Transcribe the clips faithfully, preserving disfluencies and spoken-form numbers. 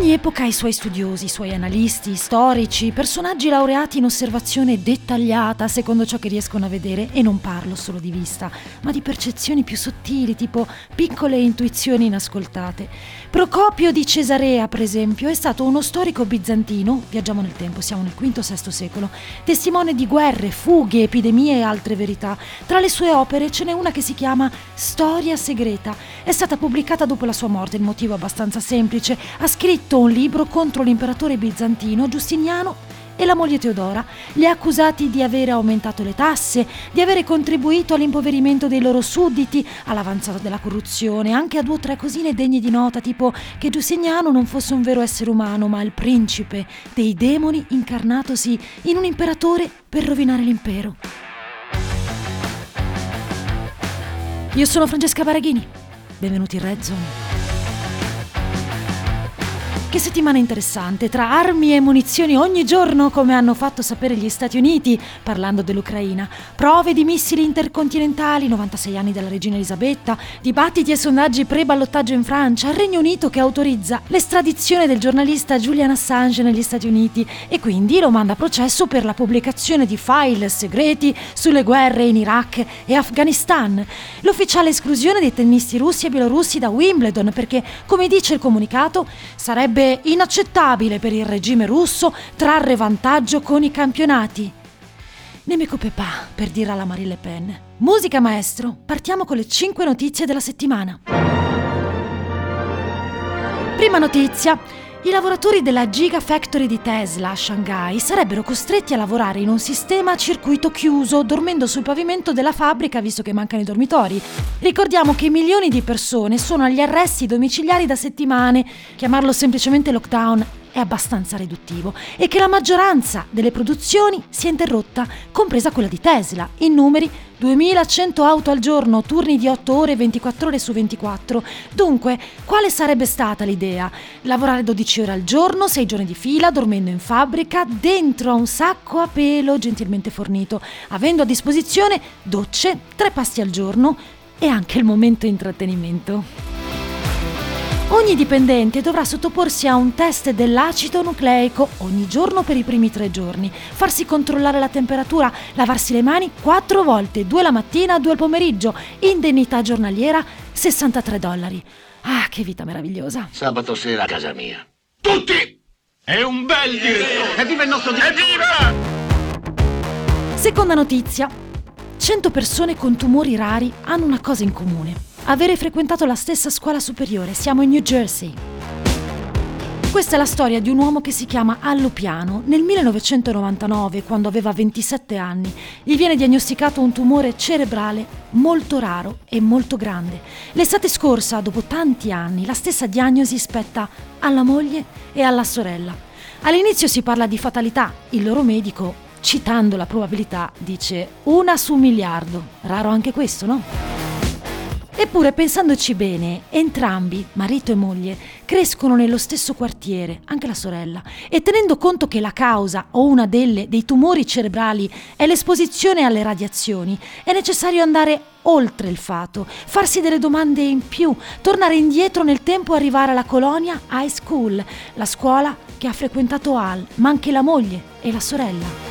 Ogni epoca ha i suoi studiosi, i suoi analisti, storici, personaggi laureati in osservazione dettagliata secondo ciò che riescono a vedere, e non parlo solo di vista, ma di percezioni più sottili, tipo piccole intuizioni inascoltate. Procopio di Cesarea, per esempio, è stato uno storico bizantino, viaggiamo nel tempo, siamo nel quinto sesto secolo, testimone di guerre, fughe, epidemie e altre verità. Tra le sue opere ce n'è una che si chiama Storia Segreta. È stata pubblicata dopo la sua morte, il motivo è abbastanza semplice: ha scritto un libro contro l'imperatore bizantino Giustiniano e la moglie Teodora. Li ha accusati di avere aumentato le tasse, di avere contribuito all'impoverimento dei loro sudditi, all'avanzata della corruzione, anche a due o tre cosine degne di nota, tipo che Giustiniano non fosse un vero essere umano, ma il principe dei demoni incarnatosi in un imperatore per rovinare l'impero. Io sono Francesca Baraghini, benvenuti in Red Zone. Che settimana interessante, tra armi e munizioni ogni giorno, come hanno fatto sapere gli Stati Uniti parlando dell'Ucraina, prove di missili intercontinentali, novantasei anni dalla regina Elisabetta, dibattiti e sondaggi pre-ballottaggio in Francia, il Regno Unito che autorizza l'estradizione del giornalista Julian Assange negli Stati Uniti e quindi lo manda a processo per la pubblicazione di file segreti sulle guerre in Iraq e Afghanistan, l'ufficiale esclusione dei tennisti russi e bielorussi da Wimbledon perché, come dice il comunicato, sarebbe inaccettabile per il regime russo trarre vantaggio con i campionati. Ne me coupe pas, per dire alla Marine Le Pen. Musica, maestro, partiamo con le cinque notizie della settimana. Prima notizia: i lavoratori della Gigafactory di Tesla a Shanghai sarebbero costretti a lavorare in un sistema a circuito chiuso, dormendo sul pavimento della fabbrica visto che mancano i dormitori. Ricordiamo che milioni di persone sono agli arresti domiciliari da settimane, chiamarlo semplicemente lockdown è abbastanza riduttivo, e che la maggioranza delle produzioni si è interrotta, compresa quella di Tesla, in numeri: duemilacento auto al giorno, turni di otto ore, ventiquattro ore su ventiquattro. Dunque, quale sarebbe stata l'idea? Lavorare dodici ore al giorno, sei giorni di fila, dormendo in fabbrica, dentro a un sacco a pelo gentilmente fornito, avendo a disposizione docce, tre pasti al giorno e anche il momento intrattenimento. Ogni dipendente dovrà sottoporsi a un test dell'acido nucleico ogni giorno per i primi tre giorni, farsi controllare la temperatura, lavarsi le mani quattro volte, due la mattina, due al pomeriggio, indennità giornaliera sessantatré dollari. Ah, che vita meravigliosa! Sabato sera a casa mia. Tutti! È un bel direttore! Evviva il nostro direttore! Evviva! Seconda notizia: cento persone con tumori rari hanno una cosa in comune: avere frequentato la stessa scuola superiore. Siamo in New Jersey. Questa è la storia di un uomo che si chiama Al Lupiano. Nel millenovecentonovantanove, quando aveva ventisette anni, gli viene diagnosticato un tumore cerebrale molto raro e molto grande. L'estate scorsa, dopo tanti anni, la stessa diagnosi spetta alla moglie e alla sorella. All'inizio si parla di fatalità. Il loro medico, citando la probabilità, dice una su un miliardo. Raro anche questo, no? Eppure, pensandoci bene, entrambi, marito e moglie, crescono nello stesso quartiere, anche la sorella, e tenendo conto che la causa o una delle dei tumori cerebrali è l'esposizione alle radiazioni, è necessario andare oltre il fato, farsi delle domande in più, tornare indietro nel tempo e arrivare alla Colonia High School, la scuola che ha frequentato Al, ma anche la moglie e la sorella.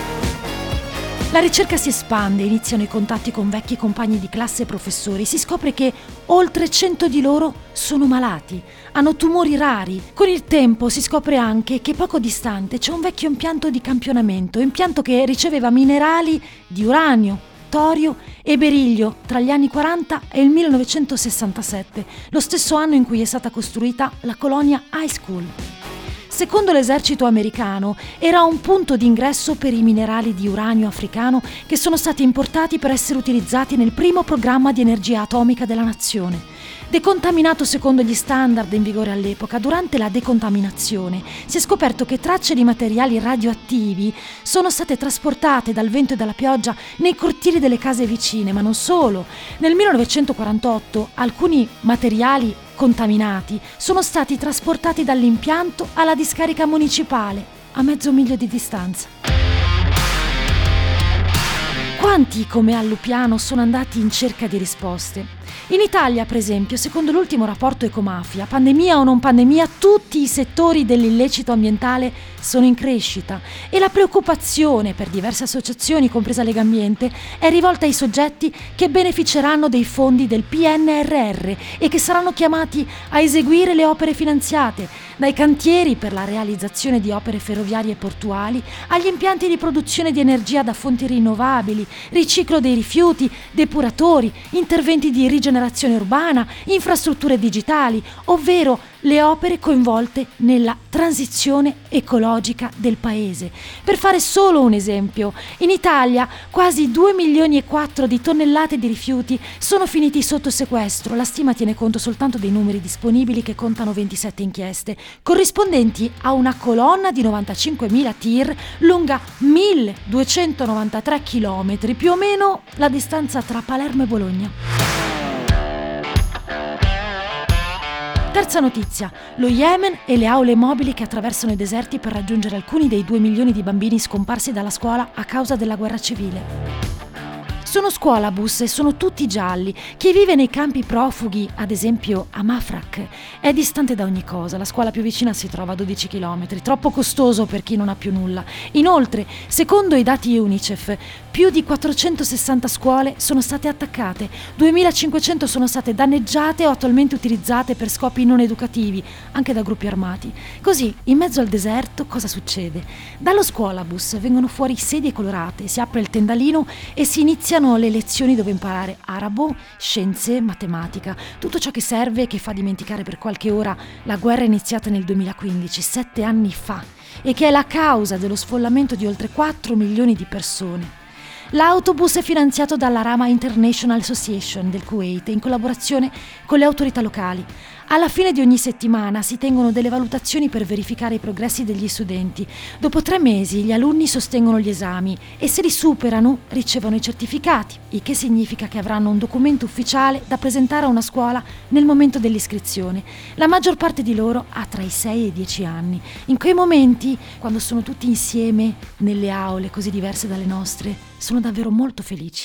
La ricerca si espande, iniziano i contatti con vecchi compagni di classe e professori. Si scopre che oltre cento di loro sono malati, hanno tumori rari. Con il tempo si scopre anche che poco distante c'è un vecchio impianto di campionamento, impianto che riceveva minerali di uranio, torio e beriglio tra gli anni quaranta e il millenovecentosessantasette, lo stesso anno in cui è stata costruita la Colonia High School. Secondo l'esercito americano, era un punto d'ingresso per i minerali di uranio africano che sono stati importati per essere utilizzati nel primo programma di energia atomica della nazione. Decontaminato secondo gli standard in vigore all'epoca, durante la decontaminazione si è scoperto che tracce di materiali radioattivi sono state trasportate dal vento e dalla pioggia nei cortili delle case vicine, ma non solo. Nel millenovecentoquarantotto alcuni materiali contaminati sono stati trasportati dall'impianto alla discarica municipale, a mezzo miglio di distanza. Quanti come Al Lupiano sono andati in cerca di risposte? In Italia, per esempio, secondo l'ultimo rapporto Ecomafia, pandemia o non pandemia, tutti i settori dell'illecito ambientale sono in crescita e la preoccupazione per diverse associazioni, compresa Legambiente, è rivolta ai soggetti che beneficeranno dei fondi del P N R R e che saranno chiamati a eseguire le opere finanziate, dai cantieri per la realizzazione di opere ferroviarie e portuali agli impianti di produzione di energia da fonti rinnovabili, riciclo dei rifiuti, depuratori, interventi di rigenerazione urbana, infrastrutture digitali, ovvero le opere coinvolte nella transizione ecologica del paese. Per fare solo un esempio, in Italia quasi due milioni e quattro di tonnellate di rifiuti sono finiti sotto sequestro. La stima tiene conto soltanto dei numeri disponibili, che contano ventisette inchieste, corrispondenti a una colonna di novantacinquemila tir lunga milleduecentonovantatré chilometri, più o meno la distanza tra Palermo e Bologna. Terza notizia, lo Yemen e le aule mobili che attraversano i deserti per raggiungere alcuni dei due milioni di bambini scomparsi dalla scuola a causa della guerra civile. Sono scuolabus e sono tutti gialli. Chi vive nei campi profughi, ad esempio a Mafraq, è distante da ogni cosa. La scuola più vicina si trova a dodici chilometri, troppo costoso per chi non ha più nulla. Inoltre, secondo i dati UNICEF, più di quattrocentosessanta scuole sono state attaccate, duemilacinquecento sono state danneggiate o attualmente utilizzate per scopi non educativi, anche da gruppi armati. Così, in mezzo al deserto, cosa succede? Dallo scuolabus vengono fuori sedie colorate, si apre il tendalino e si iniziano le lezioni dove imparare arabo, scienze, matematica, tutto ciò che serve e che fa dimenticare per qualche ora la guerra iniziata nel duemilaquindici, sette anni fa, e che è la causa dello sfollamento di oltre quattro milioni di persone. L'autobus è finanziato dalla Rama International Association del Kuwait in collaborazione con le autorità locali. Alla fine di ogni settimana si tengono delle valutazioni per verificare i progressi degli studenti. Dopo tre mesi gli alunni sostengono gli esami e se li superano ricevono i certificati, il che significa che avranno un documento ufficiale da presentare a una scuola nel momento dell'iscrizione. La maggior parte di loro ha tra i sei e i dieci anni. In quei momenti, quando sono tutti insieme nelle aule così diverse dalle nostre, sono davvero molto felici.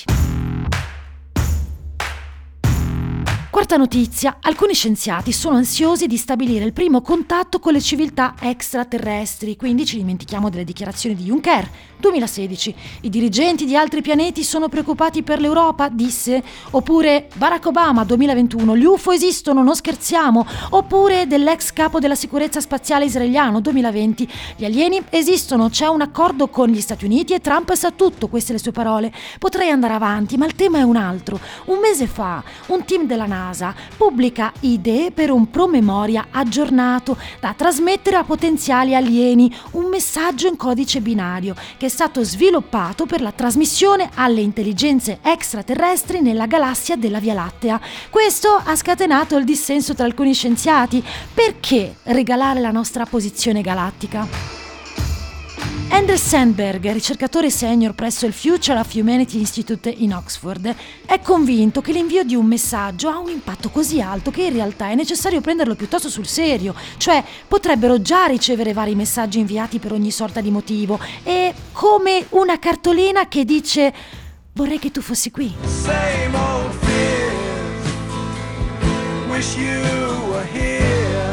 Quarta notizia, alcuni scienziati sono ansiosi di stabilire il primo contatto con le civiltà extraterrestri, quindi ci dimentichiamo delle dichiarazioni di Juncker. duemilasedici. I dirigenti di altri pianeti sono preoccupati per l'Europa, disse. Oppure Barack Obama, duemilaventuno. Gli U F O esistono, non scherziamo. Oppure dell'ex capo della sicurezza spaziale israeliano, duemilaventi. Gli alieni esistono, c'è un accordo con gli Stati Uniti e Trump sa tutto, queste le sue parole. Potrei andare avanti, ma il tema è un altro. Un mese fa, un team della NASA pubblica idee per un promemoria aggiornato da trasmettere a potenziali alieni, un messaggio in codice binario che è stato sviluppato per la trasmissione alle intelligenze extraterrestri nella galassia della Via Lattea. Questo ha scatenato il dissenso tra alcuni scienziati. Perché regalare la nostra posizione galattica? Andrew Sandberg, ricercatore senior presso il Future of Humanity Institute in Oxford, è convinto che l'invio di un messaggio ha un impatto così alto che in realtà è necessario prenderlo piuttosto sul serio, cioè potrebbero già ricevere vari messaggi inviati per ogni sorta di motivo, e come una cartolina che dice «Vorrei che tu fossi qui». Same old fears, wish you were here.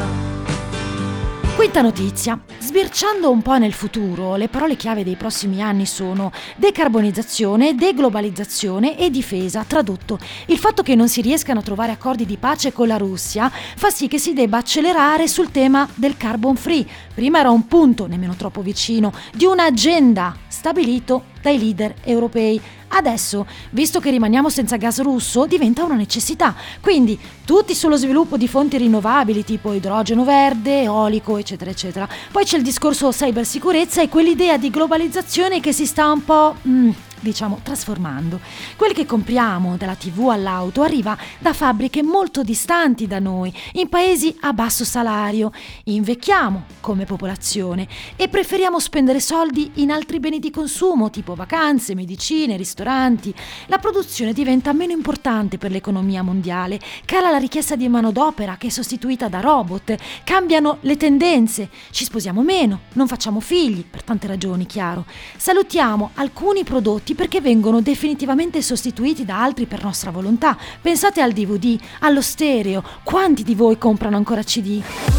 Quinta notizia. Sbirciando un po' nel futuro, le parole chiave dei prossimi anni sono decarbonizzazione, deglobalizzazione e difesa. Tradotto, il fatto che non si riescano a trovare accordi di pace con la Russia fa sì che si debba accelerare sul tema del carbon free. Prima era un punto, nemmeno troppo vicino, di un'agenda stabilito dai leader europei. Adesso, visto che rimaniamo senza gas russo, diventa una necessità. Quindi, tutti sullo sviluppo di fonti rinnovabili tipo idrogeno verde, eolico, eccetera, eccetera. Poi c'è il discorso cybersicurezza e quell'idea di globalizzazione che si sta un po'... Mm, diciamo, trasformando. Quel che compriamo, dalla tivù all'auto, arriva da fabbriche molto distanti da noi, in paesi a basso salario. Invecchiamo come popolazione e preferiamo spendere soldi in altri beni di consumo, tipo vacanze, medicine, ristoranti. La produzione diventa meno importante per l'economia mondiale, cala la richiesta di manodopera che è sostituita da robot, cambiano le tendenze, ci sposiamo meno, non facciamo figli, per tante ragioni, chiaro. Salutiamo alcuni prodotti obsoleti perché vengono definitivamente sostituiti da altri per nostra volontà. Pensate al D V D, allo stereo. Quanti di voi comprano ancora C D?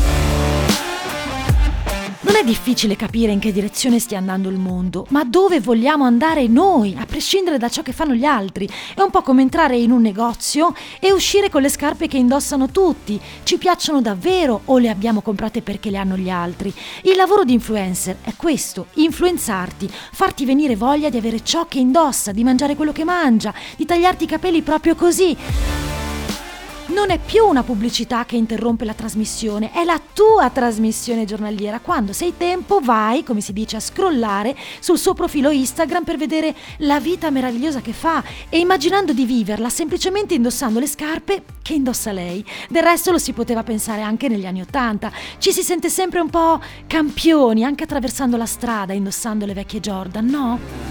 Non è difficile capire in che direzione stia andando il mondo, ma dove vogliamo andare noi, a prescindere da ciò che fanno gli altri. È un po' come entrare in un negozio e uscire con le scarpe che indossano tutti. Ci piacciono davvero o le abbiamo comprate perché le hanno gli altri? Il lavoro di influencer è questo, influenzarti, farti venire voglia di avere ciò che indossa, di mangiare quello che mangia, di tagliarti i capelli proprio così. Non è più una pubblicità che interrompe la trasmissione, è la tua trasmissione giornaliera. Quando sei tempo vai, come si dice, a scrollare sul suo profilo Instagram per vedere la vita meravigliosa che fa e immaginando di viverla semplicemente indossando le scarpe che indossa lei. Del resto lo si poteva pensare anche negli anni Ottanta. Ci si sente sempre un po' campioni, anche attraversando la strada, indossando le vecchie Jordan, no?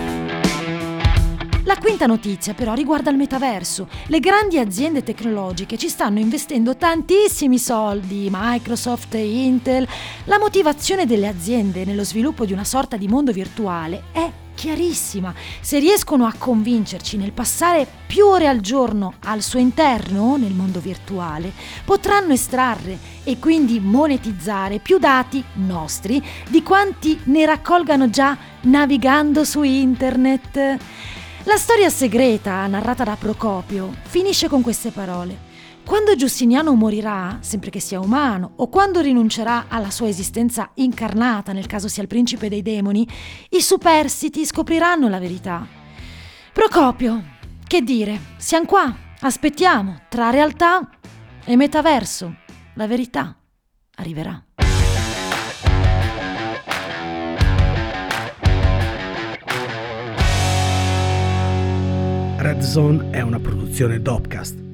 La quinta notizia però riguarda il metaverso. Le grandi aziende tecnologiche ci stanno investendo tantissimi soldi, Microsoft e Intel. La motivazione delle aziende nello sviluppo di una sorta di mondo virtuale è chiarissima. Se riescono a convincerci nel passare più ore al giorno al suo interno, nel mondo virtuale, potranno estrarre e quindi monetizzare più dati nostri di quanti ne raccolgano già navigando su internet. La storia segreta, narrata da Procopio, finisce con queste parole. Quando Giustiniano morirà, sempre che sia umano, o quando rinuncerà alla sua esistenza incarnata, nel caso sia il principe dei demoni, i superstiti scopriranno la verità. Procopio, che dire, siamo qua, aspettiamo, tra realtà e metaverso, la verità arriverà. Red Zone è una produzione Dopcast.